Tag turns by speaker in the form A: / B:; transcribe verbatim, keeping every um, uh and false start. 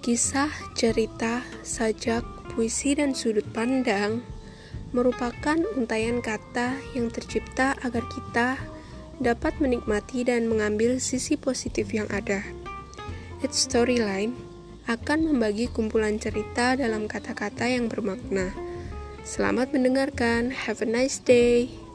A: Kisah, cerita, sajak, puisi, dan sudut pandang merupakan untaian kata yang tercipta agar kita dapat menikmati dan mengambil sisi positif yang ada. It's Storyline akan membagi kumpulan cerita dalam kata-kata yang bermakna. Selamat mendengarkan. Have a nice day.